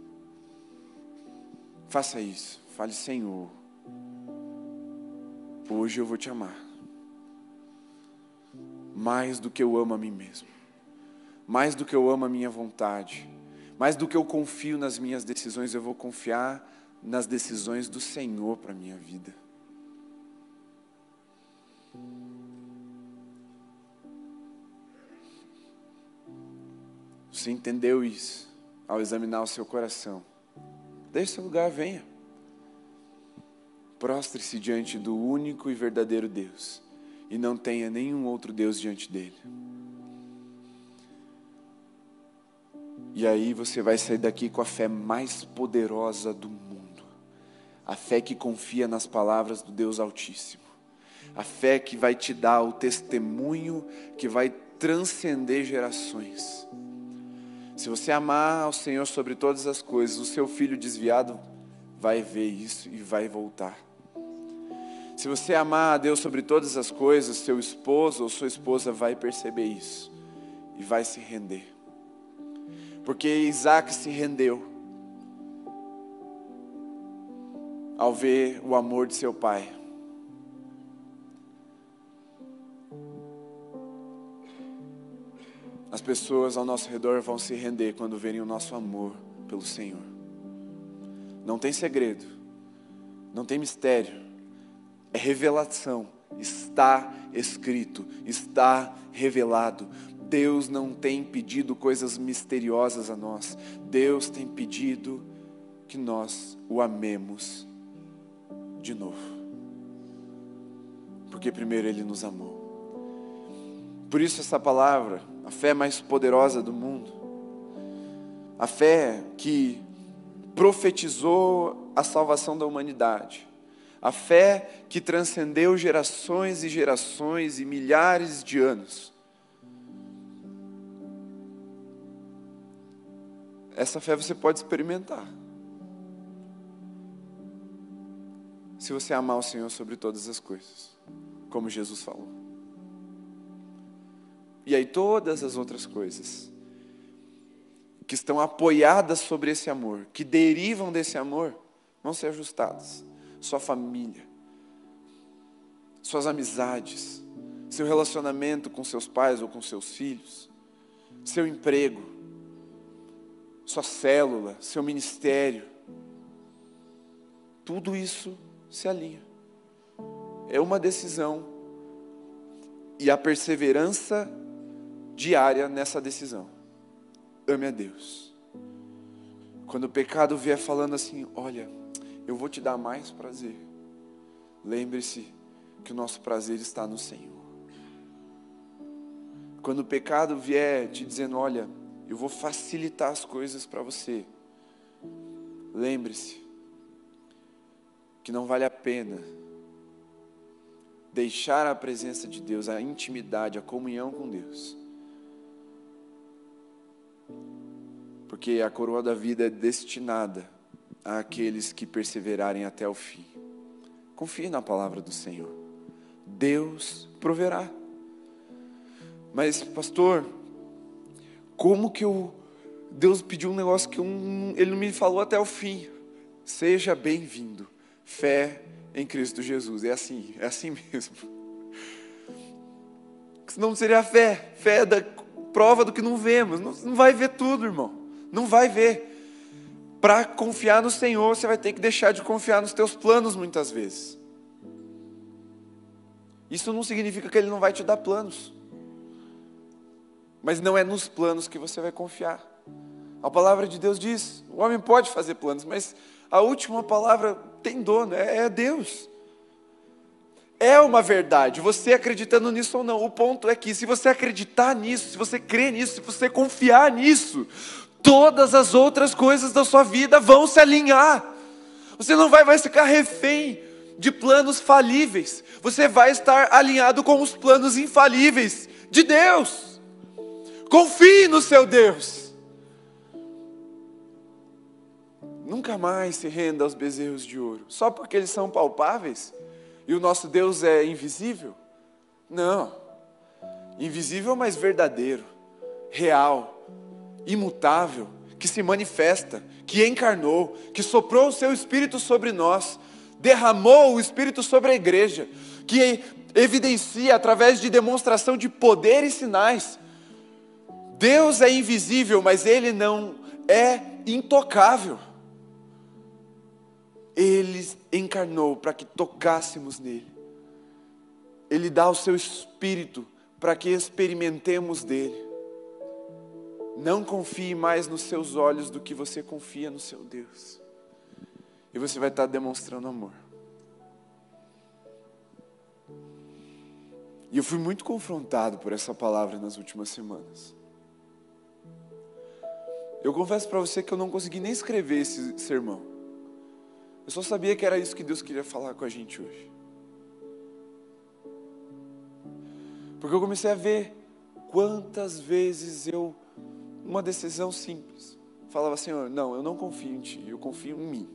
Faça isso. Fale: Senhor, hoje eu vou te amar mais do que eu amo a mim mesmo, mais do que eu amo a minha vontade, mais do que eu confio nas minhas decisões, eu vou confiar nas decisões do Senhor para a minha vida. Você entendeu isso ao examinar o seu coração? Deixe seu lugar, venha. Prostre-se diante do único e verdadeiro Deus. E não tenha nenhum outro Deus diante dele. E aí você vai sair daqui com a fé mais poderosa do mundo. A fé que confia nas palavras do Deus Altíssimo. A fé que vai te dar o testemunho que vai transcender gerações. Se você amar ao Senhor sobre todas as coisas, o seu filho desviado vai ver isso e vai voltar. Se você amar a Deus sobre todas as coisas, seu esposo ou sua esposa vai perceber isso e vai se render. Porque Isaac se rendeu ao ver o amor de seu pai. As pessoas ao nosso redor vão se render quando verem o nosso amor pelo Senhor. Não tem segredo, não tem mistério, é revelação, está escrito, está revelado. Deus não tem pedido coisas misteriosas a nós, Deus tem pedido que nós o amemos de novo. Porque primeiro Ele nos amou. Por isso essa palavra, a fé mais poderosa do mundo, a fé que profetizou a salvação da humanidade, a fé que transcendeu gerações e gerações e milhares de anos. Essa fé você pode experimentar. Se você amar o Senhor sobre todas as coisas, como Jesus falou. E aí todas as outras coisas que estão apoiadas sobre esse amor, que derivam desse amor, vão ser ajustadas. Sua família, suas amizades, seu relacionamento com seus pais ou com seus filhos, seu emprego, sua célula, seu ministério, tudo isso se alinha. É uma decisão e a perseverança diária nessa decisão. Ame a Deus. Quando o pecado vier falando assim, olha, eu vou te dar mais prazer, lembre-se que o nosso prazer está no Senhor. Quando o pecado vier te dizendo, olha, eu vou facilitar as coisas para você, lembre-se que não vale a pena deixar a presença de Deus, a intimidade, a comunhão com Deus. Porque a coroa da vida é destinada àqueles que perseverarem até o fim. Confie na palavra do Senhor. Deus proverá. Mas, pastor, como que Deus pediu um negócio que Ele não me falou até o fim? Seja bem-vindo. Fé em Cristo Jesus. É assim mesmo. Senão não seria fé. Fé é da prova do que não vemos. Não vai ver tudo, irmão. Não vai ver. Para confiar no Senhor, você vai ter que deixar de confiar nos teus planos muitas vezes. Isso não significa que Ele não vai te dar planos. Mas não é nos planos que você vai confiar. A palavra de Deus diz, o homem pode fazer planos, mas a última palavra tem dono, é Deus. É uma verdade, você acreditando nisso ou não. O ponto é que se você acreditar nisso, se você crer nisso, se você confiar nisso, todas as outras coisas da sua vida vão se alinhar. Você não vai mais ficar refém de planos falíveis. Você vai estar alinhado com os planos infalíveis de Deus. Confie no seu Deus. Nunca mais se renda aos bezerros de ouro, só porque eles são palpáveis e o nosso Deus é invisível? Não. Invisível, mas verdadeiro, real, imutável, que se manifesta, que encarnou, que soprou o seu Espírito sobre nós, derramou o Espírito sobre a igreja, que evidencia através de demonstração de poder e sinais. Deus é invisível, mas Ele não é intocável. Ele encarnou para que tocássemos nele. Ele dá o seu Espírito para que experimentemos dele. Não confie mais nos seus olhos do que você confia no seu Deus. E você vai estar demonstrando amor. E eu fui muito confrontado por essa palavra nas últimas semanas. Eu confesso para você que eu não consegui nem escrever esse sermão. Eu só sabia que era isso que Deus queria falar com a gente hoje. Porque eu comecei a ver quantas vezes uma decisão simples, falava: Senhor, não, eu não confio em Ti, eu confio em mim.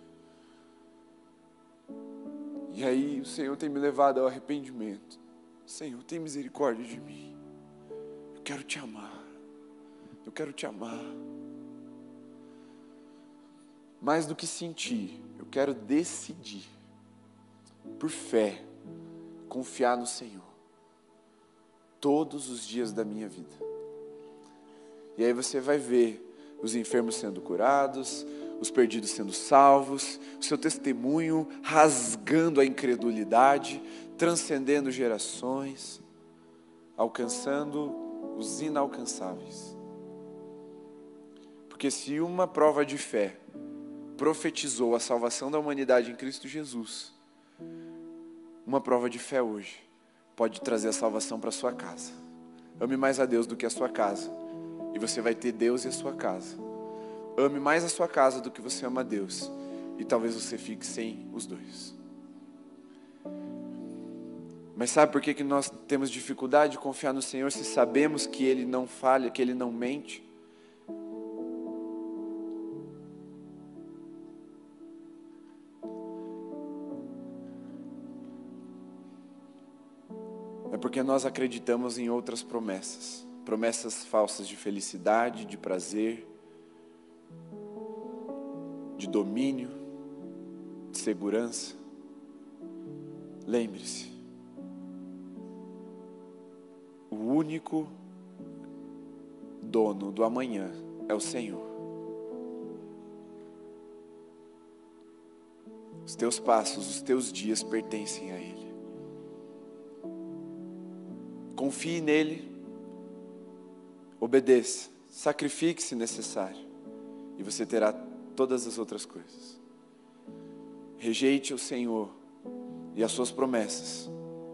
E aí o Senhor tem me levado ao arrependimento. Senhor, tem misericórdia de mim. Eu quero Te amar. Eu quero Te amar. Mais do que sentir, eu quero decidir, por fé, confiar no Senhor, todos os dias da minha vida. E aí você vai ver os enfermos sendo curados, os perdidos sendo salvos, o seu testemunho rasgando a incredulidade, transcendendo gerações, alcançando os inalcançáveis. Porque se uma prova de fé profetizou a salvação da humanidade em Cristo Jesus, uma prova de fé hoje pode trazer a salvação para a sua casa. Ame mais a Deus do que a sua casa, e você vai ter Deus e a sua casa. Ame mais a sua casa do que você ama a Deus, e talvez você fique sem os dois. Mas sabe por que nós temos dificuldade de confiar no Senhor se sabemos que Ele não falha, que Ele não mente? É porque nós acreditamos em outras promessas. Promessas falsas de felicidade, de prazer, de domínio, de segurança. Lembre-se, o único dono do amanhã é o Senhor. Os teus passos, os teus dias pertencem a Ele. Confie nele, obedeça, sacrifique se necessário, e você terá todas as outras coisas. Rejeite o Senhor e as suas promessas,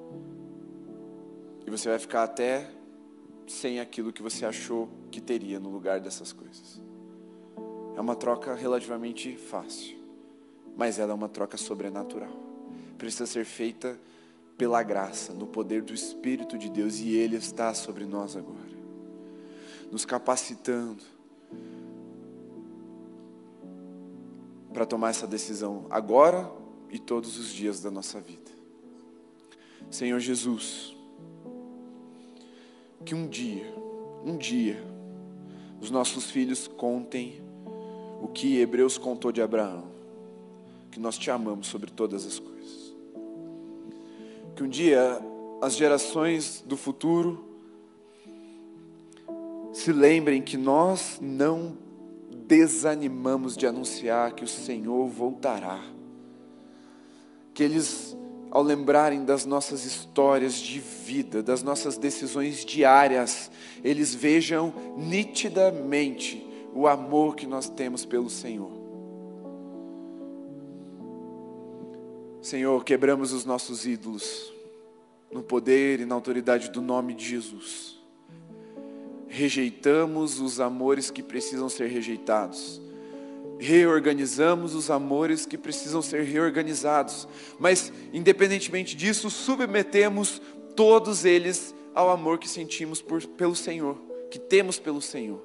e você vai ficar até sem aquilo que você achou que teria no lugar dessas coisas. É uma troca relativamente fácil, mas ela é uma troca sobrenatural. Precisa ser feita pela graça, no poder do Espírito de Deus, e Ele está sobre nós agora, nos capacitando para tomar essa decisão agora e todos os dias da nossa vida. Senhor Jesus, que um dia, os nossos filhos contem o que Hebreus contou de Abraão, que nós Te amamos sobre todas as coisas. Que um dia as gerações do futuro se lembrem que nós não desanimamos de anunciar que o Senhor voltará. Que eles, ao lembrarem das nossas histórias de vida, das nossas decisões diárias, eles vejam nitidamente o amor que nós temos pelo Senhor. Senhor, quebramos os nossos ídolos no poder e na autoridade do nome de Jesus. Rejeitamos os amores que precisam ser rejeitados. Reorganizamos os amores que precisam ser reorganizados. Mas, independentemente disso, submetemos todos eles ao amor que sentimos pelo Senhor, que temos pelo Senhor.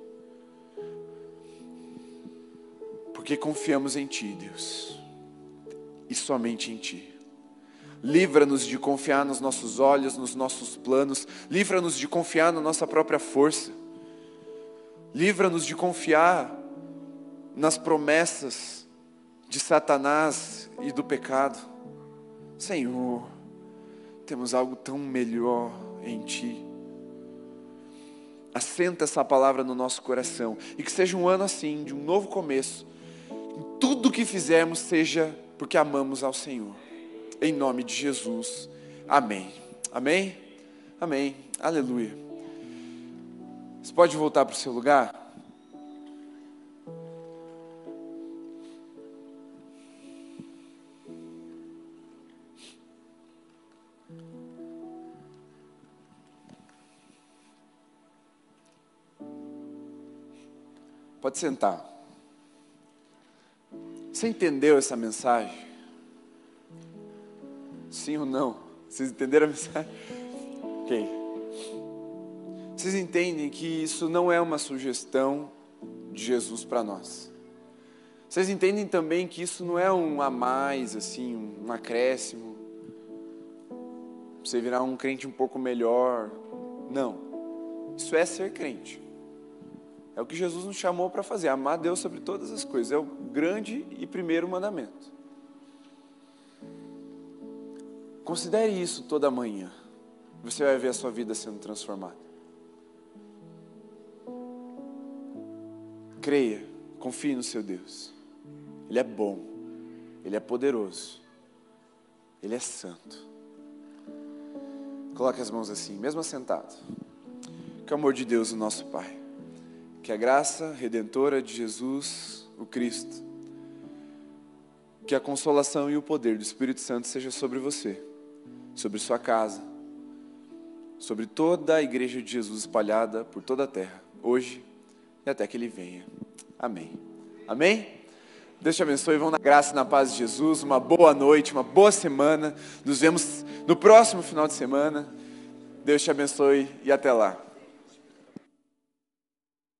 Porque confiamos em Ti, Deus. E somente em Ti. Livra-nos de confiar nos nossos olhos, nos nossos planos. Livra-nos de confiar na nossa própria força. Livra-nos de confiar nas promessas de Satanás e do pecado. Senhor, temos algo tão melhor em Ti. Assenta essa palavra no nosso coração. E que seja um ano assim, de um novo começo. Em tudo que fizermos seja porque amamos ao Senhor. Em nome de Jesus. Amém. Amém? Amém. Aleluia. Você pode voltar para o seu lugar? Pode sentar. Você entendeu essa mensagem? Sim ou não? Vocês entenderam a mensagem? Ok. Vocês entendem que isso não é uma sugestão de Jesus para nós. Vocês entendem também que isso não é um a mais, assim, um acréscimo, pra você virar um crente um pouco melhor. Não. Isso é ser crente. É o que Jesus nos chamou para fazer, amar Deus sobre todas as coisas. É o grande e primeiro mandamento. Considere isso toda manhã. Você vai ver a sua vida sendo transformada. Creia, confie no seu Deus. Ele é bom, Ele é poderoso, Ele é santo. Coloque as mãos assim, mesmo assentado. Que o amor de Deus, o nosso Pai, que a graça redentora de Jesus, o Cristo, que a consolação e o poder do Espírito Santo seja sobre você, sobre sua casa, sobre toda a igreja de Jesus espalhada por toda a terra, hoje e até que Ele venha. Amém. Amém? Deus te abençoe, vão na graça e na paz de Jesus, uma boa noite, uma boa semana, nos vemos no próximo final de semana. Deus te abençoe e até lá.